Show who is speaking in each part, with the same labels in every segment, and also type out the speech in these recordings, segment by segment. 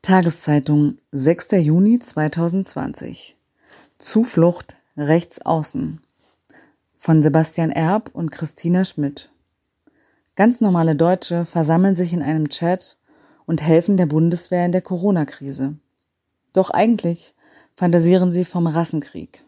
Speaker 1: Tageszeitung, 6. Juni 2020. Zuflucht rechts außen von Sebastian Erb und Christina Schmidt. Ganz normale Deutsche versammeln sich in einem Chat und helfen der Bundeswehr in der Corona-Krise. Doch eigentlich fantasieren sie vom Rassenkrieg.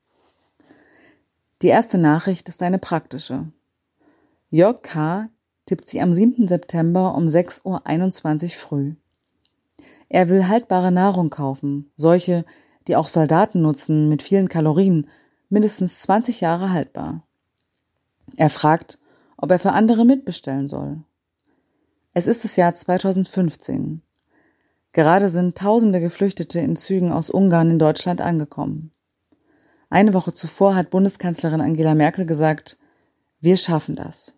Speaker 1: Die erste Nachricht ist eine praktische. Jörg K. tippt sie am 7. September um 6:21 Uhr früh. Er will haltbare Nahrung kaufen, solche, die auch Soldaten nutzen, mit vielen Kalorien, mindestens 20 Jahre haltbar. Er fragt, ob er für andere mitbestellen soll. Es ist das Jahr 2015. Gerade sind Tausende Geflüchtete in Zügen aus Ungarn in Deutschland angekommen. Eine Woche zuvor hat Bundeskanzlerin Angela Merkel gesagt, wir schaffen das.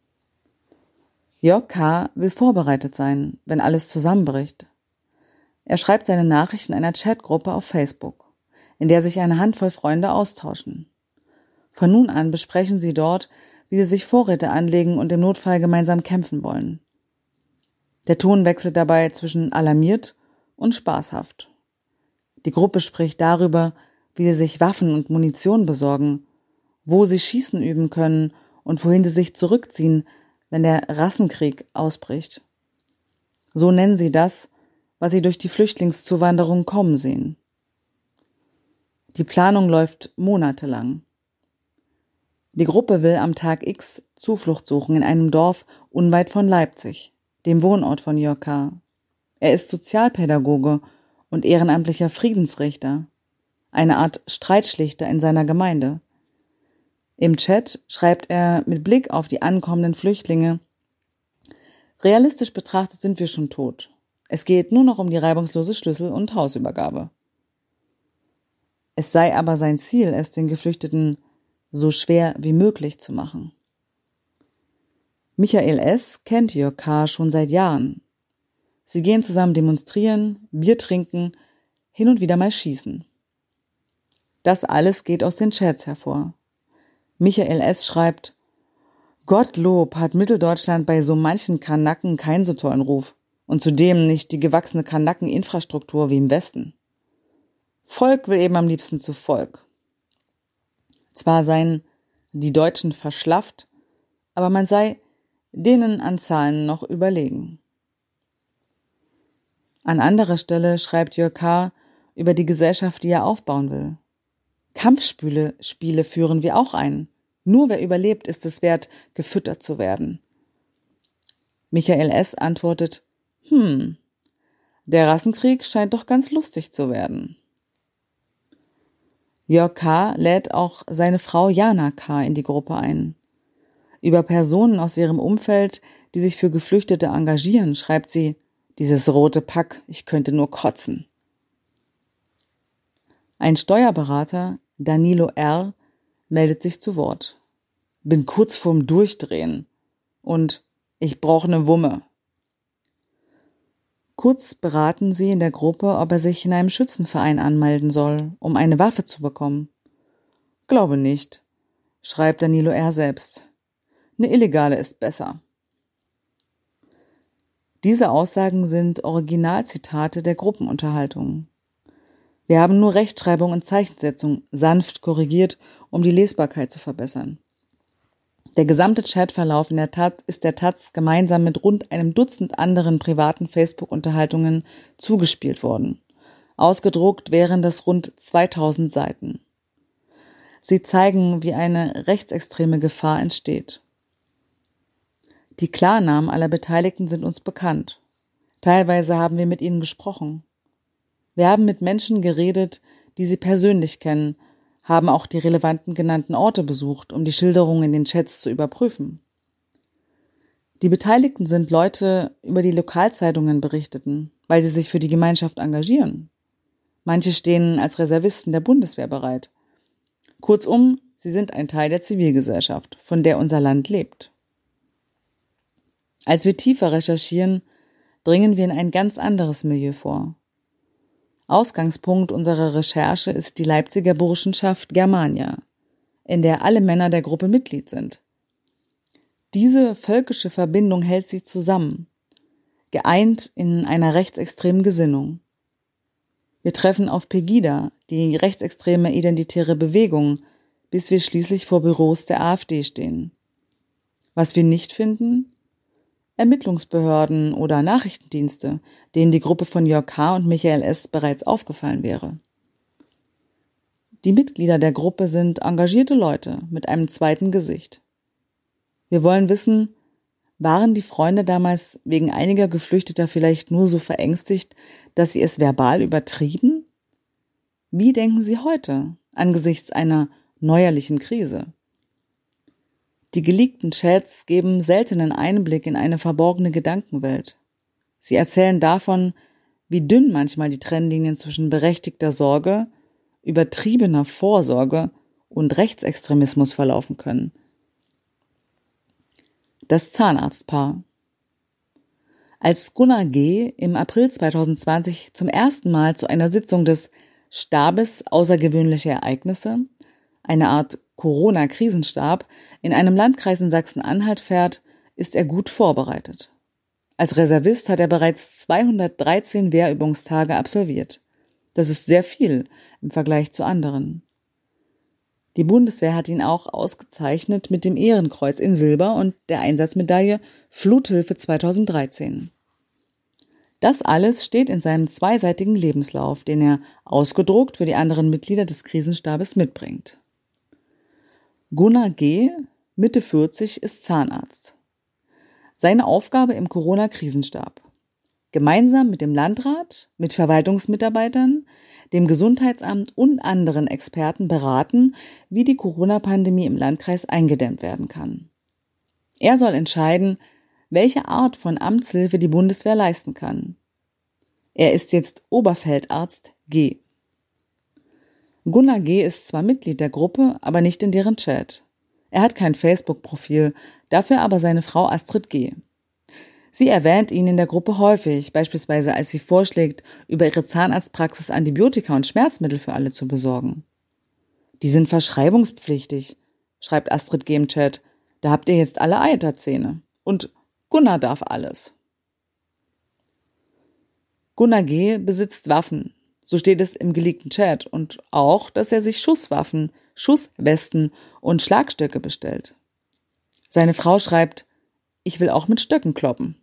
Speaker 1: Jörg K. will vorbereitet sein, wenn alles zusammenbricht. Er schreibt seine Nachricht in einer Chatgruppe auf Facebook, in der sich eine Handvoll Freunde austauschen. Von nun an besprechen sie dort, wie sie sich Vorräte anlegen und im Notfall gemeinsam kämpfen wollen. Der Ton wechselt dabei zwischen alarmiert und spaßhaft. Die Gruppe spricht darüber, wie sie sich Waffen und Munition besorgen, wo sie Schießen üben können und wohin sie sich zurückziehen, wenn der Rassenkrieg ausbricht. So nennen sie das, was sie durch die Flüchtlingszuwanderung kommen sehen. Die Planung läuft monatelang. Die Gruppe will am Tag X Zuflucht suchen in einem Dorf unweit von Leipzig, dem Wohnort von Jörg K. Er ist Sozialpädagoge und ehrenamtlicher Friedensrichter, eine Art Streitschlichter in seiner Gemeinde. Im Chat schreibt er mit Blick auf die ankommenden Flüchtlinge: Realistisch betrachtet sind wir schon tot. Es geht nur noch um die reibungslose Schlüssel- und Hausübergabe. Es sei aber sein Ziel, es den Geflüchteten so schwer wie möglich zu machen. Michael S. kennt Jörg K. schon seit Jahren. Sie gehen zusammen demonstrieren, Bier trinken, hin und wieder mal schießen. Das alles geht aus den Chats hervor. Michael S. schreibt: Gottlob hat Mitteldeutschland bei so manchen Kanaken keinen so tollen Ruf. Und zudem nicht die gewachsene Kanaken-Infrastruktur wie im Westen. Volk will eben am liebsten zu Volk. Zwar seien die Deutschen verschlafft, aber man sei denen an Zahlen noch überlegen. An anderer Stelle schreibt Jörg K. über die Gesellschaft, die er aufbauen will. Kampfspiele führen wir auch ein. Nur wer überlebt, ist es wert, gefüttert zu werden. Michael S. antwortet: Der Rassenkrieg scheint doch ganz lustig zu werden. Jörg K. lädt auch seine Frau Jana K. in die Gruppe ein. Über Personen aus ihrem Umfeld, die sich für Geflüchtete engagieren, schreibt sie: Dieses rote Pack, ich könnte nur kotzen. Ein Steuerberater, Danilo R., meldet sich zu Wort. Bin kurz vorm Durchdrehen und ich brauche eine Wumme. Kurz beraten sie in der Gruppe, ob er sich in einem Schützenverein anmelden soll, um eine Waffe zu bekommen. Glaube nicht, schreibt Danilo R. selbst. Eine illegale ist besser. Diese Aussagen sind Originalzitate der Gruppenunterhaltung. Wir haben nur Rechtschreibung und Zeichensetzung sanft korrigiert, um die Lesbarkeit zu verbessern. Der gesamte Chatverlauf ist der Taz gemeinsam mit rund einem Dutzend anderen privaten Facebook-Unterhaltungen zugespielt worden. Ausgedruckt wären das rund 2000 Seiten. Sie zeigen, wie eine rechtsextreme Gefahr entsteht. Die Klarnamen aller Beteiligten sind uns bekannt. Teilweise haben wir mit ihnen gesprochen. Wir haben mit Menschen geredet, die sie persönlich kennen, haben auch die relevanten genannten Orte besucht, um die Schilderungen in den Chats zu überprüfen. Die Beteiligten sind Leute, über die Lokalzeitungen berichteten, weil sie sich für die Gemeinschaft engagieren. Manche stehen als Reservisten der Bundeswehr bereit. Kurzum, sie sind ein Teil der Zivilgesellschaft, von der unser Land lebt. Als wir tiefer recherchieren, dringen wir in ein ganz anderes Milieu vor. Ausgangspunkt unserer Recherche ist die Leipziger Burschenschaft Germania, in der alle Männer der Gruppe Mitglied sind. Diese völkische Verbindung hält sie zusammen. geeint in einer rechtsextremen Gesinnung. Wir treffen auf Pegida, die rechtsextreme identitäre Bewegung, bis wir schließlich vor Büros der AfD stehen. Was wir nicht finden? Ermittlungsbehörden oder Nachrichtendienste, denen die Gruppe von Jörg K. und Michael S. bereits aufgefallen wäre. Die Mitglieder der Gruppe sind engagierte Leute mit einem zweiten Gesicht. Wir wollen wissen, waren die Freunde damals wegen einiger Geflüchteter vielleicht nur so verängstigt, dass sie es verbal übertrieben? Wie denken sie heute angesichts einer neuerlichen Krise? Die geleakten Chats geben seltenen Einblick in eine verborgene Gedankenwelt. Sie erzählen davon, wie dünn manchmal die Trennlinien zwischen berechtigter Sorge, übertriebener Vorsorge und Rechtsextremismus verlaufen können. Das Zahnarztpaar. Als Gunnar G. im April 2020 zum ersten Mal zu einer Sitzung des Stabes außergewöhnliche Ereignisse, eine Art Corona-Krisenstab, in einem Landkreis in Sachsen-Anhalt fährt, ist er gut vorbereitet. Als Reservist hat er bereits 213 Wehrübungstage absolviert. Das ist sehr viel im Vergleich zu anderen. Die Bundeswehr hat ihn auch ausgezeichnet mit dem Ehrenkreuz in Silber und der Einsatzmedaille Fluthilfe 2013. Das alles steht in seinem zweiseitigen Lebenslauf, den er ausgedruckt für die anderen Mitglieder des Krisenstabes mitbringt. Gunnar G., Mitte 40, ist Zahnarzt. Seine Aufgabe im Corona-Krisenstab: gemeinsam mit dem Landrat, mit Verwaltungsmitarbeitern, dem Gesundheitsamt und anderen Experten beraten, wie die Corona-Pandemie im Landkreis eingedämmt werden kann. Er soll entscheiden, welche Art von Amtshilfe die Bundeswehr leisten kann. Er ist jetzt Oberfeldarzt G. Gunnar G. ist zwar Mitglied der Gruppe, aber nicht in deren Chat. Er hat kein Facebook-Profil, dafür aber seine Frau Astrid G. Sie erwähnt ihn in der Gruppe häufig, beispielsweise als sie vorschlägt, über ihre Zahnarztpraxis Antibiotika und Schmerzmittel für alle zu besorgen. Die sind verschreibungspflichtig, schreibt Astrid G. im Chat. Da habt ihr jetzt alle Eiterzähne. Und Gunnar darf alles. Gunnar G. besitzt Waffen. So steht es im geleakten Chat. Und auch, dass er sich Schusswaffen, Schusswesten und Schlagstöcke bestellt. Seine Frau schreibt: Ich will auch mit Stöcken kloppen.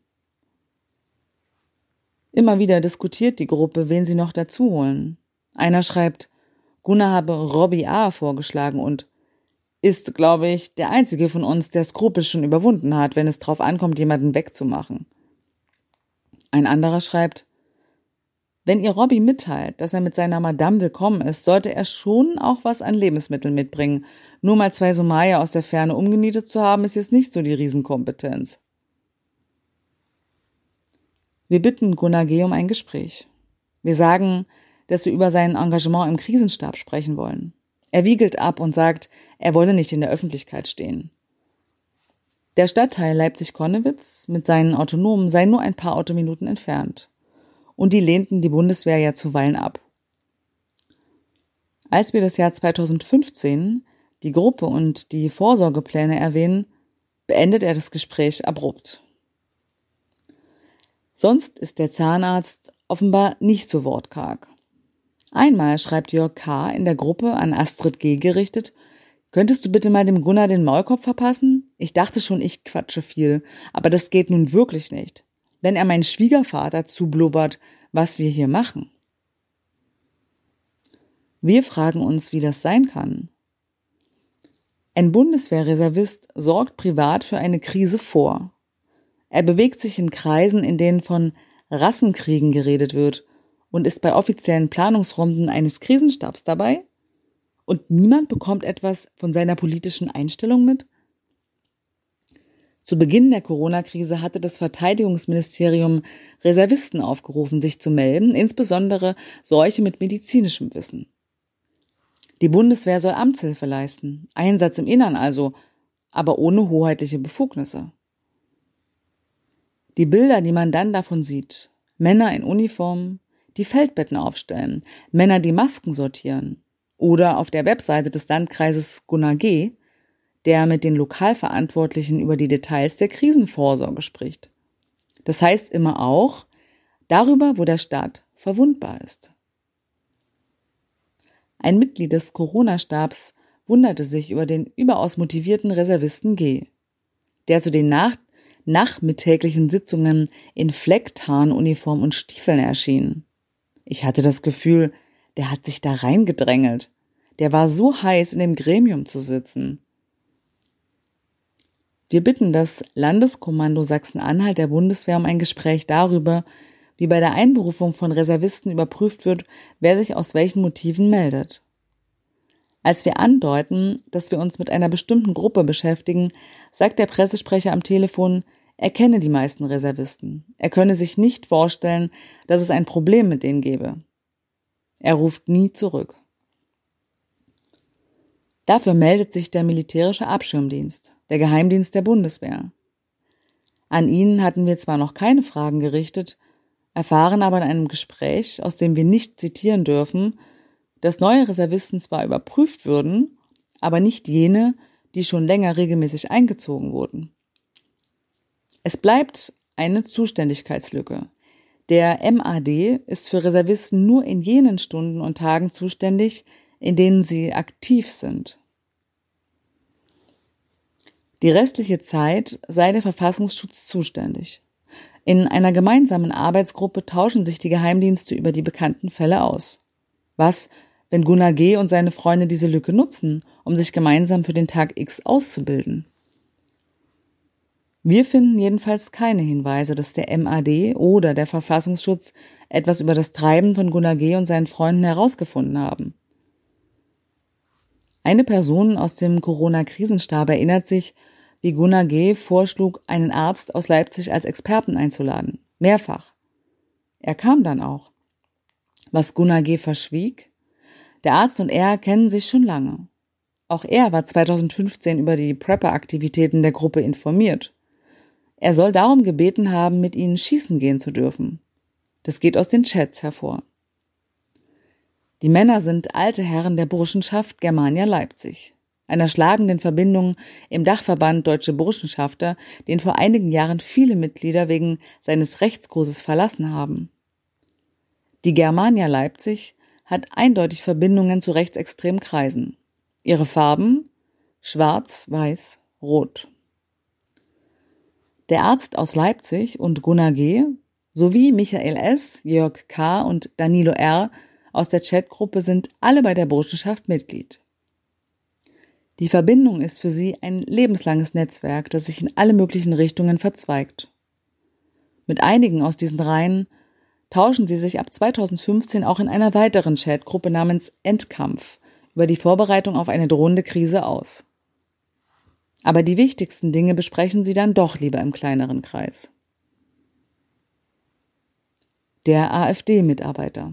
Speaker 1: Immer wieder diskutiert die Gruppe, wen sie noch dazu holen. Einer schreibt, Gunnar habe Robbie A. vorgeschlagen und ist, glaube ich, der einzige von uns, der Skrupel schon überwunden hat, wenn es drauf ankommt, jemanden wegzumachen. Ein anderer schreibt, wenn ihr Robbie mitteilt, dass er mit seiner Madame willkommen ist, sollte er schon auch was an Lebensmitteln mitbringen. Nur mal 2 Somalier aus der Ferne umgenietet zu haben, ist jetzt nicht so die Riesenkompetenz. Wir bitten Gunnar G. um ein Gespräch. Wir sagen, dass wir über sein Engagement im Krisenstab sprechen wollen. Er wiegelt ab und sagt, er wolle nicht in der Öffentlichkeit stehen. Der Stadtteil Leipzig-Konnewitz mit seinen Autonomen sei nur ein paar Autominuten entfernt. Und die lehnten die Bundeswehr ja zuweilen ab. Als wir das Jahr 2015, die Gruppe und die Vorsorgepläne erwähnen, beendet er das Gespräch abrupt. Sonst ist der Zahnarzt offenbar nicht so wortkarg. Einmal schreibt Jörg K. in der Gruppe an Astrid G. gerichtet, könntest du bitte mal dem Gunnar den Maulkorb verpassen? Ich dachte schon, ich quatsche viel, aber das geht nun wirklich nicht. Wenn er meinen Schwiegervater zublubbert, was wir hier machen. Wir fragen uns, wie das sein kann. Ein Bundeswehrreservist sorgt privat für eine Krise vor. Er bewegt sich in Kreisen, in denen von Rassenkriegen geredet wird und ist bei offiziellen Planungsrunden eines Krisenstabs dabei? Und niemand bekommt etwas von seiner politischen Einstellung mit? Zu Beginn der Corona-Krise hatte das Verteidigungsministerium Reservisten aufgerufen, sich zu melden, insbesondere solche mit medizinischem Wissen. Die Bundeswehr soll Amtshilfe leisten, Einsatz im Innern also, aber ohne hoheitliche Befugnisse. Die Bilder, die man dann davon sieht, Männer in Uniform, die Feldbetten aufstellen, Männer, die Masken sortieren, oder auf der Webseite des Landkreises Gunnar G., der mit den Lokalverantwortlichen über die Details der Krisenvorsorge spricht. Das heißt immer auch darüber, wo der Staat verwundbar ist. Ein Mitglied des Corona-Stabs wunderte sich über den überaus motivierten Reservisten G., der zu den nachmittäglichen Sitzungen in Flecktarnuniform und Stiefeln erschien. Ich hatte das Gefühl, der hat sich da reingedrängelt. Der war so heiß, in dem Gremium zu sitzen. Wir bitten das Landeskommando Sachsen-Anhalt der Bundeswehr um ein Gespräch darüber, wie bei der Einberufung von Reservisten überprüft wird, wer sich aus welchen Motiven meldet. Als wir andeuten, dass wir uns mit einer bestimmten Gruppe beschäftigen, sagt der Pressesprecher am Telefon, er kenne die meisten Reservisten. Er könne sich nicht vorstellen, dass es ein Problem mit denen gäbe. Er ruft nie zurück. Dafür meldet sich der militärische Abschirmdienst, der Geheimdienst der Bundeswehr. An ihn hatten wir zwar noch keine Fragen gerichtet, erfahren aber in einem Gespräch, aus dem wir nicht zitieren dürfen, dass neue Reservisten zwar überprüft würden, aber nicht jene, die schon länger regelmäßig eingezogen wurden. Es bleibt eine Zuständigkeitslücke. Der MAD ist für Reservisten nur in jenen Stunden und Tagen zuständig, in denen sie aktiv sind. Die restliche Zeit sei der Verfassungsschutz zuständig. In einer gemeinsamen Arbeitsgruppe tauschen sich die Geheimdienste über die bekannten Fälle aus. Was, wenn Gunnar G. und seine Freunde diese Lücke nutzen, um sich gemeinsam für den Tag X auszubilden? Wir finden jedenfalls keine Hinweise, dass der MAD oder der Verfassungsschutz etwas über das Treiben von Gunnar G. und seinen Freunden herausgefunden haben. Eine Person aus dem Corona-Krisenstab erinnert sich, wie Gunnar G. vorschlug, einen Arzt aus Leipzig als Experten einzuladen. Mehrfach. Er kam dann auch. Was Gunnar G. verschwieg? Der Arzt und er kennen sich schon lange. Auch er war 2015 über die Prepper-Aktivitäten der Gruppe informiert. Er soll darum gebeten haben, mit ihnen schießen gehen zu dürfen. Das geht aus den Chats hervor. Die Männer sind alte Herren der Burschenschaft Germania Leipzig, einer schlagenden Verbindung im Dachverband Deutsche Burschenschafter, den vor einigen Jahren viele Mitglieder wegen seines Rechtskurses verlassen haben. Die Germania Leipzig hat eindeutig Verbindungen zu rechtsextremen Kreisen. Ihre Farben: Schwarz, Weiß, Rot. Der Arzt aus Leipzig und Gunnar G. sowie Michael S., Jörg K. und Danilo R. aus der Chatgruppe sind alle bei der Burschenschaft Mitglied. Die Verbindung ist für sie ein lebenslanges Netzwerk, das sich in alle möglichen Richtungen verzweigt. Mit einigen aus diesen Reihen tauschen sie sich ab 2015 auch in einer weiteren Chatgruppe namens Endkampf über die Vorbereitung auf eine drohende Krise aus. Aber die wichtigsten Dinge besprechen sie dann doch lieber im kleineren Kreis. Der AfD-Mitarbeiter.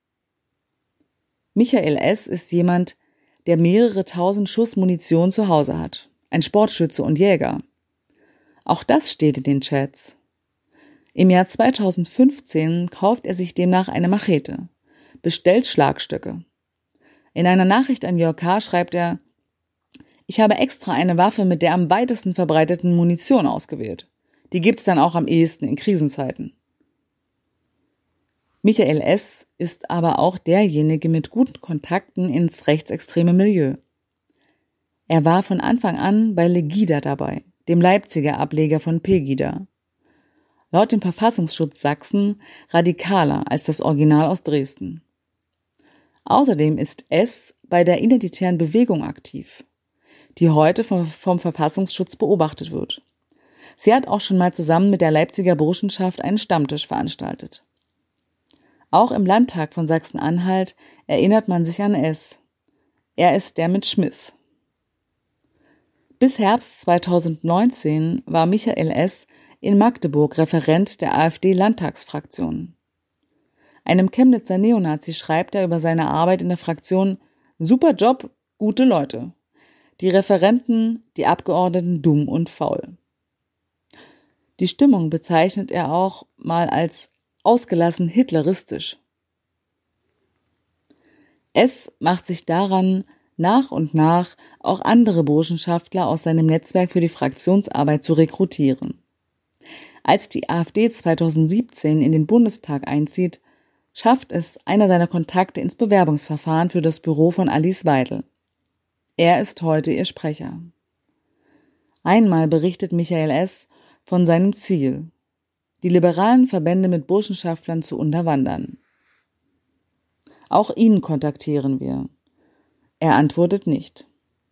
Speaker 1: Michael S. ist jemand, der mehrere tausend Schuss Munition zu Hause hat. Ein Sportschütze und Jäger. Auch das steht in den Chats. Im Jahr 2015 kauft er sich demnach eine Machete, bestellt Schlagstöcke. In einer Nachricht an Jörg K. schreibt er: Ich habe extra eine Waffe mit der am weitesten verbreiteten Munition ausgewählt. Die gibt's dann auch am ehesten in Krisenzeiten. Michael S. ist aber auch derjenige mit guten Kontakten ins rechtsextreme Milieu. Er war von Anfang an bei Legida dabei, dem Leipziger Ableger von Pegida. Laut dem Verfassungsschutz Sachsen radikaler als das Original aus Dresden. Außerdem ist S. bei der Identitären Bewegung aktiv, die heute vom Verfassungsschutz beobachtet wird. Sie hat auch schon mal zusammen mit der Leipziger Burschenschaft einen Stammtisch veranstaltet. Auch im Landtag von Sachsen-Anhalt erinnert man sich an S. Er ist der mit Schmiss. Bis Herbst 2019 war Michael S. in Magdeburg Referent der AfD-Landtagsfraktion. Einem Chemnitzer Neonazi schreibt er über seine Arbeit in der Fraktion: Super Job, gute Leute. Die Referenten, die Abgeordneten dumm und faul. Die Stimmung bezeichnet er auch mal als ausgelassen hitleristisch. S. macht sich daran, nach und nach auch andere Burschenschaftler aus seinem Netzwerk für die Fraktionsarbeit zu rekrutieren. Als die AfD 2017 in den Bundestag einzieht, schafft es einer seiner Kontakte ins Bewerbungsverfahren für das Büro von Alice Weidel. Er ist heute ihr Sprecher. Einmal berichtet Michael S. von seinem Ziel, die liberalen Verbände mit Burschenschaftlern zu unterwandern. Auch ihn kontaktieren wir. Er antwortet nicht.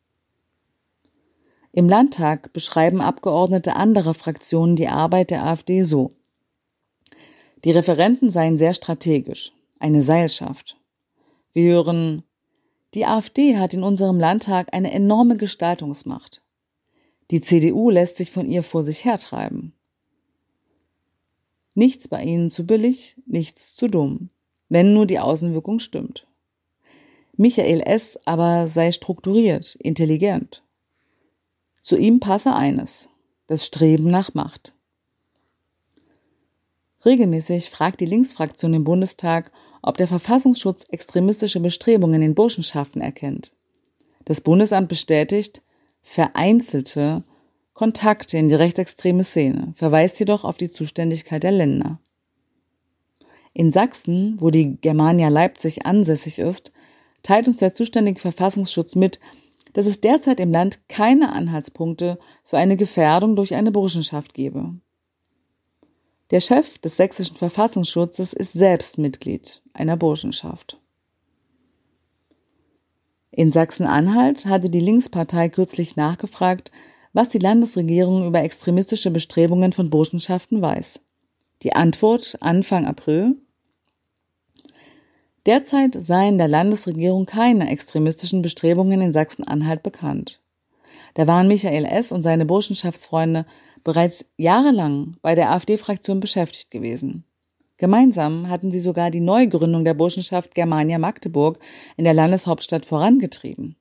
Speaker 1: Im Landtag beschreiben Abgeordnete anderer Fraktionen die Arbeit der AfD so: Die Referenten seien sehr strategisch, eine Seilschaft. Wir hören, die AfD hat in unserem Landtag eine enorme Gestaltungsmacht. Die CDU lässt sich von ihr vor sich hertreiben. Nichts bei ihnen zu billig, nichts zu dumm, wenn nur die Außenwirkung stimmt. Michael S. aber sei strukturiert, intelligent. Zu ihm passe eines: das Streben nach Macht. Regelmäßig fragt die Linksfraktion im Bundestag, ob der Verfassungsschutz extremistische Bestrebungen in Burschenschaften erkennt. Das Bundesamt bestätigt vereinzelte Kontakte in die rechtsextreme Szene, verweist jedoch auf die Zuständigkeit der Länder. In Sachsen, wo die Germania Leipzig ansässig ist, teilt uns der zuständige Verfassungsschutz mit, dass es derzeit im Land keine Anhaltspunkte für eine Gefährdung durch eine Burschenschaft gebe. Der Chef des sächsischen Verfassungsschutzes ist selbst Mitglied einer Burschenschaft. In Sachsen-Anhalt hatte die Linkspartei kürzlich nachgefragt, was die Landesregierung über extremistische Bestrebungen von Burschenschaften weiß. Die Antwort Anfang April: Derzeit seien der Landesregierung keine extremistischen Bestrebungen in Sachsen-Anhalt bekannt. Da waren Michael S. und seine Burschenschaftsfreunde bereits jahrelang bei der AfD-Fraktion beschäftigt gewesen. Gemeinsam hatten sie sogar die Neugründung der Burschenschaft Germania Magdeburg in der Landeshauptstadt vorangetrieben.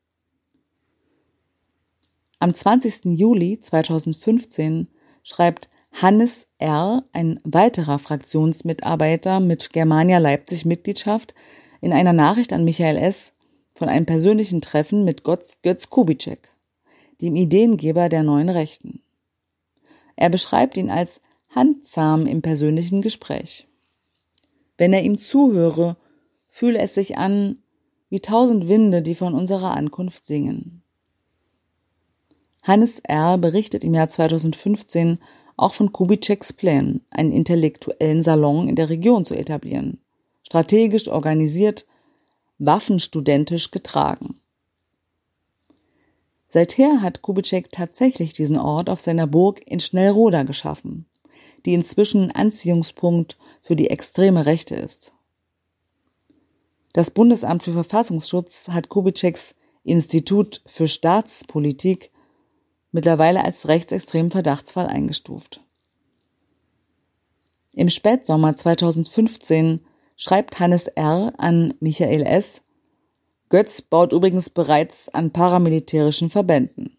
Speaker 1: Am 20. Juli 2015 schreibt Hannes R., ein weiterer Fraktionsmitarbeiter mit Germania Leipzig Mitgliedschaft, in einer Nachricht an Michael S. von einem persönlichen Treffen mit Götz Kubitschek, dem Ideengeber der Neuen Rechten. Er beschreibt ihn als handzahm im persönlichen Gespräch. Wenn er ihm zuhöre, fühle es sich an wie 1000 Winde, die von unserer Ankunft singen. Hannes R. berichtet im Jahr 2015 auch von Kubitscheks Plänen, einen intellektuellen Salon in der Region zu etablieren, strategisch organisiert, waffenstudentisch getragen. Seither hat Kubitschek tatsächlich diesen Ort auf seiner Burg in Schnellroda geschaffen, die inzwischen Anziehungspunkt für die extreme Rechte ist. Das Bundesamt für Verfassungsschutz hat Kubitscheks Institut für Staatspolitik mittlerweile als rechtsextremen Verdachtsfall eingestuft. Im Spätsommer 2015 schreibt Hannes R. an Michael S., Götz baut übrigens bereits an paramilitärischen Verbänden.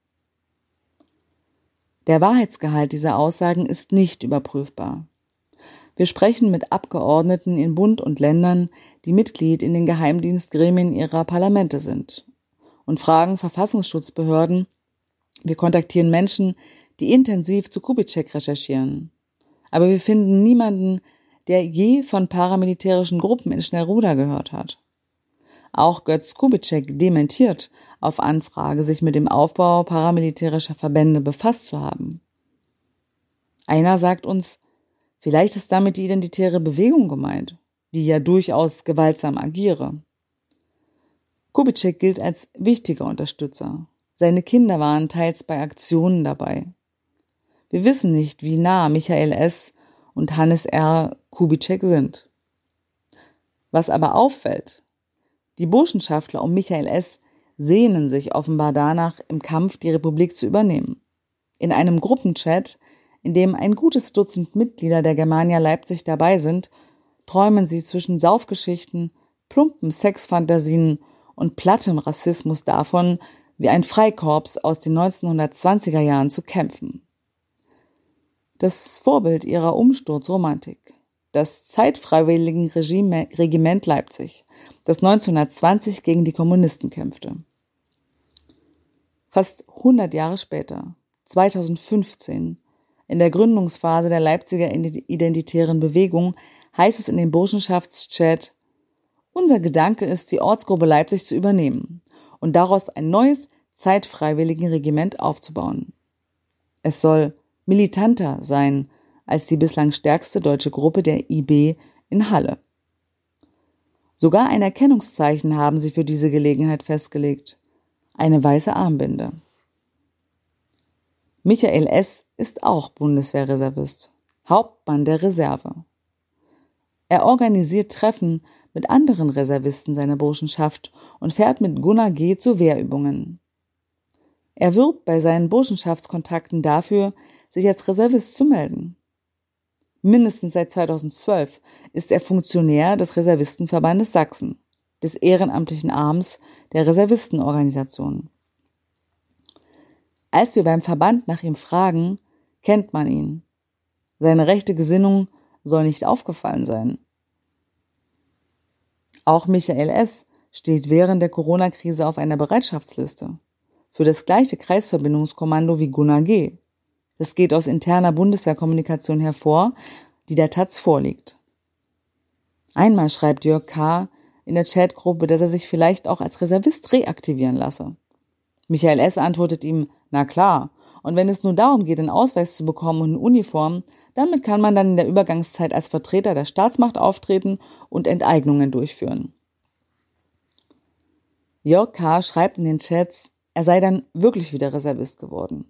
Speaker 1: Der Wahrheitsgehalt dieser Aussagen ist nicht überprüfbar. Wir sprechen mit Abgeordneten in Bund und Ländern, die Mitglied in den Geheimdienstgremien ihrer Parlamente sind, und fragen Verfassungsschutzbehörden. Wir kontaktieren Menschen, die intensiv zu Kubitschek recherchieren. Aber wir finden niemanden, der je von paramilitärischen Gruppen in Schnellroda gehört hat. Auch Götz Kubitschek dementiert auf Anfrage, sich mit dem Aufbau paramilitärischer Verbände befasst zu haben. Einer sagt uns, vielleicht ist damit die identitäre Bewegung gemeint, die ja durchaus gewaltsam agiere. Kubitschek gilt als wichtiger Unterstützer. Seine Kinder waren teils bei Aktionen dabei. Wir wissen nicht, wie nah Michael S. und Hannes R. Kubitschek sind. Was aber auffällt: Die Burschenschaftler um Michael S. sehnen sich offenbar danach, im Kampf die Republik zu übernehmen. In einem Gruppenchat, in dem ein gutes Dutzend Mitglieder der Germania Leipzig dabei sind, träumen sie zwischen Saufgeschichten, plumpen Sexfantasien und plattem Rassismus davon, wie ein Freikorps aus den 1920er Jahren zu kämpfen. Das Vorbild ihrer Umsturzromantik: das Zeitfreiwilligenregiment Leipzig, das 1920 gegen die Kommunisten kämpfte. Fast 100 Jahre später, 2015, In der Gründungsphase der Leipziger identitären Bewegung heißt es in dem Burschenschaftschat: Unser Gedanke ist, die Ortsgruppe Leipzig zu übernehmen und daraus ein neues Zeitfreiwilligenregiment aufzubauen. Es soll militanter sein als die bislang stärkste deutsche Gruppe der IB in Halle. Sogar ein Erkennungszeichen haben sie für diese Gelegenheit festgelegt: eine weiße Armbinde. Michael S. ist auch Bundeswehrreservist, Hauptmann der Reserve. Er organisiert Treffen mit anderen Reservisten seiner Burschenschaft und fährt mit Gunnar G. zu Wehrübungen. Er wirbt bei seinen Burschenschaftskontakten dafür, sich als Reservist zu melden. Mindestens seit 2012 ist er Funktionär des Reservistenverbandes Sachsen, des ehrenamtlichen Arms der Reservistenorganisation. Als wir beim Verband nach ihm fragen, kennt man ihn. Seine rechte Gesinnung soll nicht aufgefallen sein. Auch Michael S. steht während der Corona-Krise auf einer Bereitschaftsliste für das gleiche Kreisverbindungskommando wie Gunnar G. Das geht aus interner Bundeswehrkommunikation hervor, die der taz vorliegt. Einmal schreibt Jörg K. in der Chatgruppe, dass er sich vielleicht auch als Reservist reaktivieren lasse. Michael S. antwortet ihm: Na klar, und wenn es nur darum geht, einen Ausweis zu bekommen und eine Uniform, damit kann man dann in der Übergangszeit als Vertreter der Staatsmacht auftreten und Enteignungen durchführen. Jörg K. schreibt in den Chats, er sei dann wirklich wieder Reservist geworden.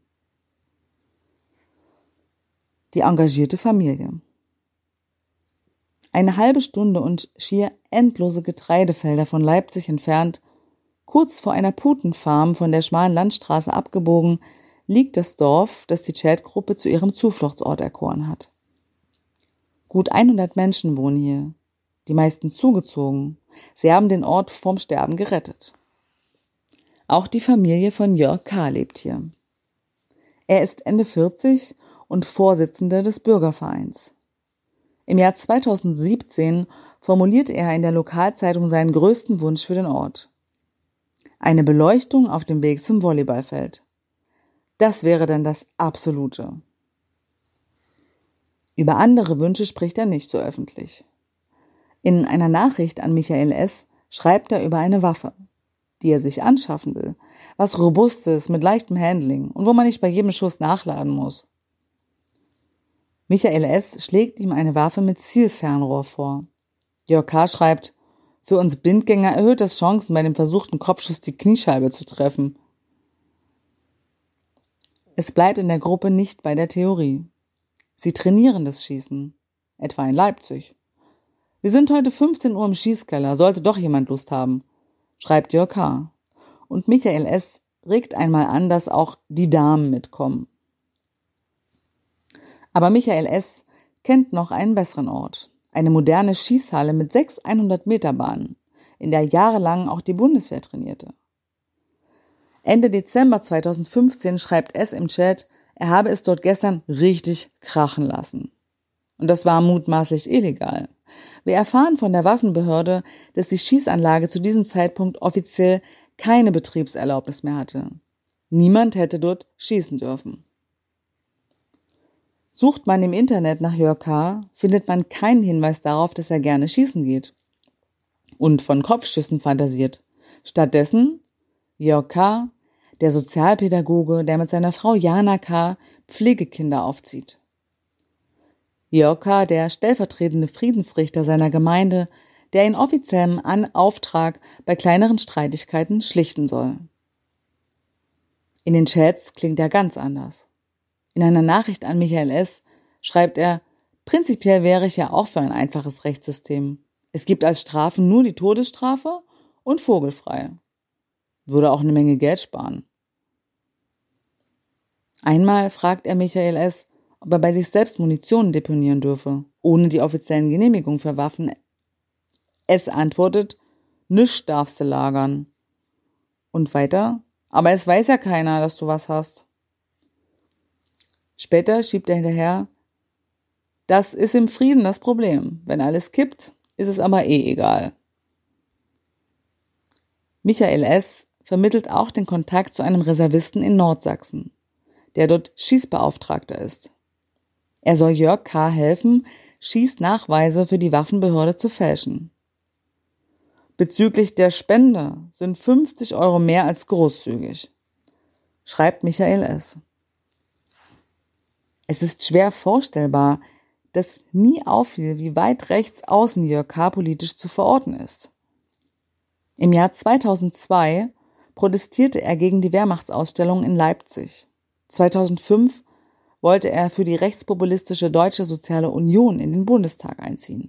Speaker 1: Die engagierte Familie. Eine halbe Stunde und schier endlose Getreidefelder von Leipzig entfernt, kurz vor einer Putenfarm von der schmalen Landstraße abgebogen, liegt das Dorf, das die Chatgruppe zu ihrem Zufluchtsort erkoren hat. Gut 100 Menschen wohnen hier, die meisten zugezogen. Sie haben den Ort vom Sterben gerettet. Auch die Familie von Jörg K. lebt hier. Er ist Ende 40 und Vorsitzender des Bürgervereins. Im Jahr 2017 formulierte er in der Lokalzeitung seinen größten Wunsch für den Ort: eine Beleuchtung auf dem Weg zum Volleyballfeld. Das wäre dann das Absolute. Über andere Wünsche spricht er nicht so öffentlich. In einer Nachricht an Michael S. schreibt er über eine Waffe, die er sich anschaffen will, was Robustes mit leichtem Handling und wo man nicht bei jedem Schuss nachladen muss. Michael S. schlägt ihm eine Waffe mit Zielfernrohr vor. Jörg K. schreibt: Für uns Blindgänger erhöht das Chancen, bei dem versuchten Kopfschuss die Kniescheibe zu treffen. Es bleibt in der Gruppe nicht bei der Theorie. Sie trainieren das Schießen, etwa in Leipzig. Wir sind heute 15 Uhr im Schießkeller, sollte doch jemand Lust haben, schreibt Jörg K. Und Michael S. regt einmal an, dass auch die Damen mitkommen. Aber Michael S. kennt noch einen besseren Ort. Eine moderne Schießhalle mit 6 100-Meter-Bahnen, in der jahrelang auch die Bundeswehr trainierte. Ende Dezember 2015 schreibt S. im Chat, er habe es dort gestern richtig krachen lassen. Und das war mutmaßlich illegal. Wir erfahren von der Waffenbehörde, dass die Schießanlage zu diesem Zeitpunkt offiziell keine Betriebserlaubnis mehr hatte. Niemand hätte dort schießen dürfen. Sucht man im Internet nach Jörg K., findet man keinen Hinweis darauf, dass er gerne schießen geht und von Kopfschüssen fantasiert. Stattdessen Jörg K., der Sozialpädagoge, der mit seiner Frau Jana K. Pflegekinder aufzieht. Jörg K., der stellvertretende Friedensrichter seiner Gemeinde, der in offiziellem Auftrag bei kleineren Streitigkeiten schlichten soll. In den Chats klingt er ganz anders. In einer Nachricht an Michael S. schreibt er, prinzipiell wäre ich ja auch für ein einfaches Rechtssystem. Es gibt als Strafen nur die Todesstrafe und vogelfrei. Würde auch eine Menge Geld sparen. Einmal fragt er Michael S., ob er bei sich selbst Munition deponieren dürfe, ohne die offiziellen Genehmigungen für Waffen. S. antwortet, nichts darfst du lagern. Und weiter, aber es weiß ja keiner, dass du was hast. Später schiebt er hinterher, das ist im Frieden das Problem. Wenn alles kippt, ist es aber egal. Michael S. vermittelt auch den Kontakt zu einem Reservisten in Nordsachsen, der dort Schießbeauftragter ist. Er soll Jörg K. helfen, Schießnachweise für die Waffenbehörde zu fälschen. Bezüglich der Spende sind 50 € mehr als großzügig, schreibt Michael S. Es ist schwer vorstellbar, dass nie auffiel, wie weit rechts außen Jörg K. politisch zu verorten ist. Im Jahr 2002 protestierte er gegen die Wehrmachtsausstellung in Leipzig. 2005 wollte er für die rechtspopulistische Deutsche Soziale Union in den Bundestag einziehen.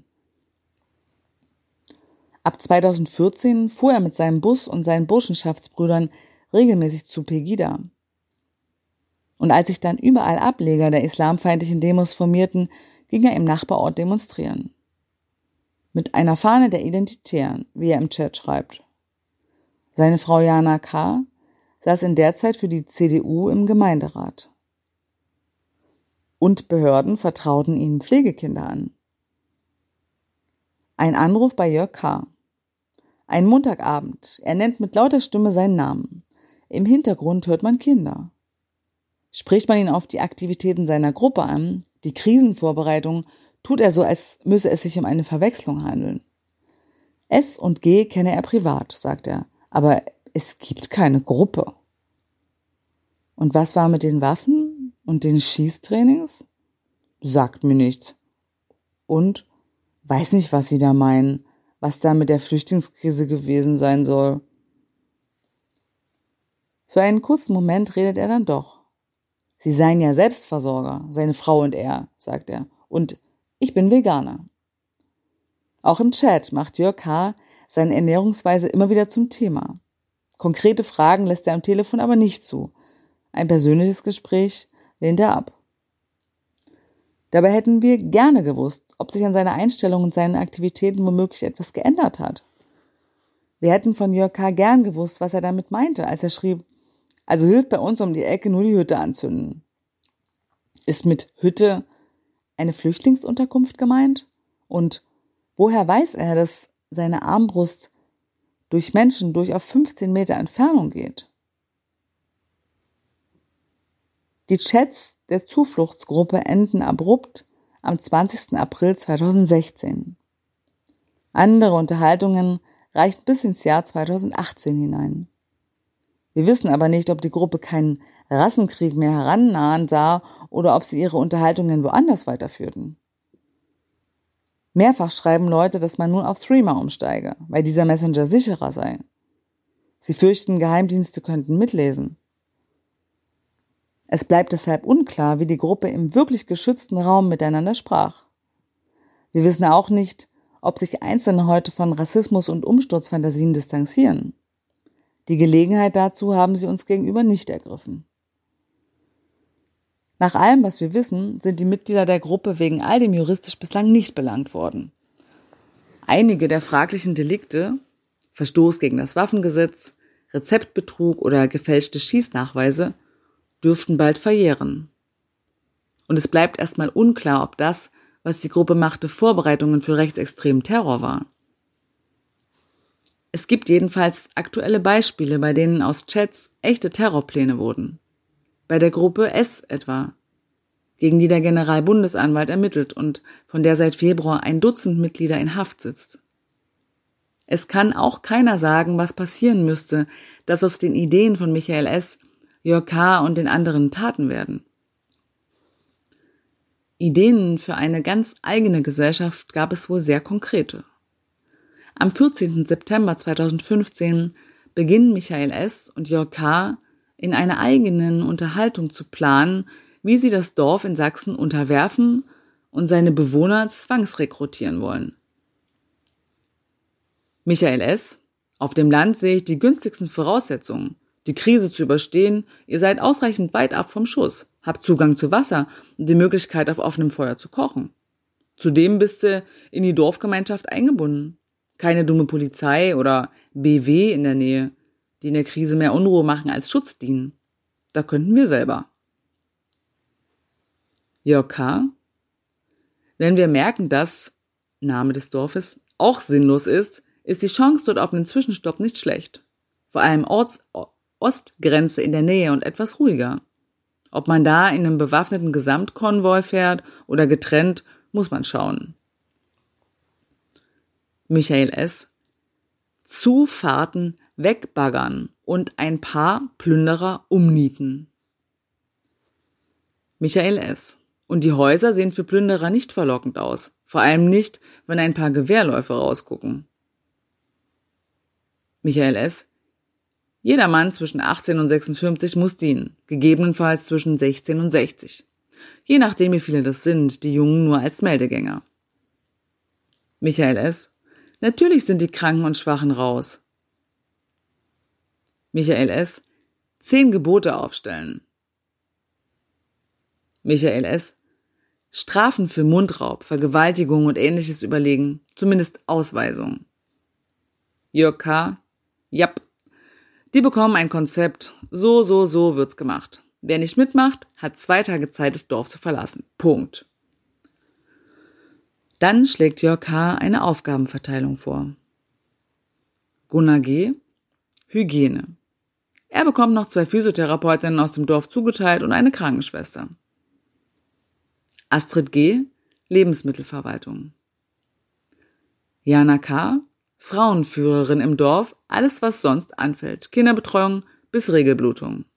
Speaker 1: Ab 2014 fuhr er mit seinem Bus und seinen Burschenschaftsbrüdern regelmäßig zu Pegida. Und als sich dann überall Ableger der islamfeindlichen Demos formierten, ging er im Nachbarort demonstrieren. Mit einer Fahne der Identitären, wie er im Chat schreibt. Seine Frau Jana K. saß in der Zeit für die CDU im Gemeinderat. Und Behörden vertrauten ihnen Pflegekinder an. Ein Anruf bei Jörg K. Ein Montagabend. Er nennt mit lauter Stimme seinen Namen. Im Hintergrund hört man Kinder. Spricht man ihn auf die Aktivitäten seiner Gruppe an, die Krisenvorbereitung, tut er so, als müsse es sich um eine Verwechslung handeln. S und G kenne er privat, sagt er, aber es gibt keine Gruppe. Und was war mit den Waffen und den Schießtrainings? Sagt mir nichts. Und weiß nicht, was Sie da meinen, was da mit der Flüchtlingskrise gewesen sein soll. Für einen kurzen Moment redet er dann doch. Sie seien ja Selbstversorger, seine Frau und er, sagt er. Und ich bin Veganer. Auch im Chat macht Jörg K. seine Ernährungsweise immer wieder zum Thema. Konkrete Fragen lässt er am Telefon aber nicht zu. Ein persönliches Gespräch lehnt er ab. Dabei hätten wir gerne gewusst, ob sich an seiner Einstellung und seinen Aktivitäten womöglich etwas geändert hat. Wir hätten von Jörg K. gern gewusst, was er damit meinte, als er schrieb, also hilft bei uns um die Ecke nur die Hütte anzünden. Ist mit Hütte eine Flüchtlingsunterkunft gemeint? Und woher weiß er, dass seine Armbrust durch Menschen durch auf 15 Meter Entfernung geht? Die Chats der Zufluchtsgruppe enden abrupt am 20. April 2016. Andere Unterhaltungen reichen bis ins Jahr 2018 hinein. Wir wissen aber nicht, ob die Gruppe keinen Rassenkrieg mehr herannahen sah oder ob sie ihre Unterhaltungen woanders weiterführten. Mehrfach schreiben Leute, dass man nun auf Threema umsteige, weil dieser Messenger sicherer sei. Sie fürchten, Geheimdienste könnten mitlesen. Es bleibt deshalb unklar, wie die Gruppe im wirklich geschützten Raum miteinander sprach. Wir wissen auch nicht, ob sich Einzelne heute von Rassismus und Umsturzfantasien distanzieren. Die Gelegenheit dazu haben sie uns gegenüber nicht ergriffen. Nach allem, was wir wissen, sind die Mitglieder der Gruppe wegen all dem juristisch bislang nicht belangt worden. Einige der fraglichen Delikte, Verstoß gegen das Waffengesetz, Rezeptbetrug oder gefälschte Schießnachweise, dürften bald verjähren. Und es bleibt erstmal unklar, ob das, was die Gruppe machte, Vorbereitungen für rechtsextremen Terror war. Es gibt jedenfalls aktuelle Beispiele, bei denen aus Chats echte Terrorpläne wurden. Bei der Gruppe S etwa, gegen die der Generalbundesanwalt ermittelt und von der seit Februar ein Dutzend Mitglieder in Haft sitzt. Es kann auch keiner sagen, was passieren müsste, dass aus den Ideen von Michael S. Jörg K. und den anderen Taten werden. Ideen für eine ganz eigene Gesellschaft gab es wohl sehr konkrete. Am 14. September 2015 beginnen Michael S. und Jörg K. in einer eigenen Unterhaltung zu planen, wie sie das Dorf in Sachsen unterwerfen und seine Bewohner zwangsrekrutieren wollen. Michael S. Auf dem Land sehe ich die günstigsten Voraussetzungen, die Krise zu überstehen. Ihr seid ausreichend weit ab vom Schuss, habt Zugang zu Wasser und die Möglichkeit, auf offenem Feuer zu kochen. Zudem bist du in die Dorfgemeinschaft eingebunden. Keine dumme Polizei oder BW in der Nähe, die in der Krise mehr Unruhe machen als Schutz dienen. Da könnten wir selber. Jörg K. Wenn wir merken, dass, Name des Dorfes, auch sinnlos ist die Chance dort auf einen Zwischenstopp nicht schlecht. Vor allem Ostgrenze in der Nähe und etwas ruhiger. Ob man da in einem bewaffneten Gesamtkonvoi fährt oder getrennt, muss man schauen. Michael S. Zufahrten wegbaggern und ein paar Plünderer umnieten. Michael S. Und die Häuser sehen für Plünderer nicht verlockend aus. Vor allem nicht, wenn ein paar Gewehrläufe rausgucken. Michael S. Jeder Mann zwischen 18 und 56 muss dienen, gegebenenfalls zwischen 16 und 60. Je nachdem, wie viele das sind, die Jungen nur als Meldegänger. Michael S. Natürlich sind die Kranken und Schwachen raus. Michael S. 10 Gebote aufstellen. Michael S. Strafen für Mundraub, Vergewaltigung und Ähnliches überlegen, zumindest Ausweisung. Jörg K. Japp. Die bekommen ein Konzept. So wird's gemacht. Wer nicht mitmacht, hat 2 Tage Zeit, das Dorf zu verlassen. Punkt. Dann schlägt Jörg K. eine Aufgabenverteilung vor. Gunnar G. Hygiene. Er bekommt noch 2 Physiotherapeutinnen aus dem Dorf zugeteilt und eine Krankenschwester. Astrid G. Lebensmittelverwaltung. Jana K. Frauenführerin im Dorf, alles was sonst anfällt, Kinderbetreuung bis Regelblutung.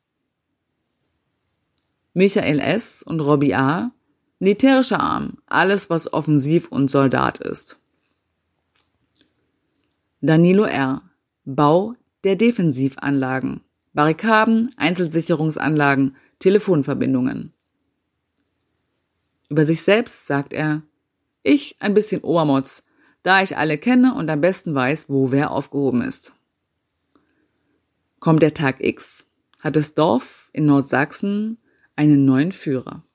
Speaker 1: Michael S. und Robbie A. Militärischer Arm, alles was offensiv und Soldat ist. Danilo R. Bau der Defensivanlagen, Barrikaden, Einzelsicherungsanlagen, Telefonverbindungen. Über sich selbst sagt er, ich ein bisschen Obermotz, da ich alle kenne und am besten weiß, wo wer aufgehoben ist. Kommt der Tag X, hat das Dorf in Nordsachsen einen neuen Führer.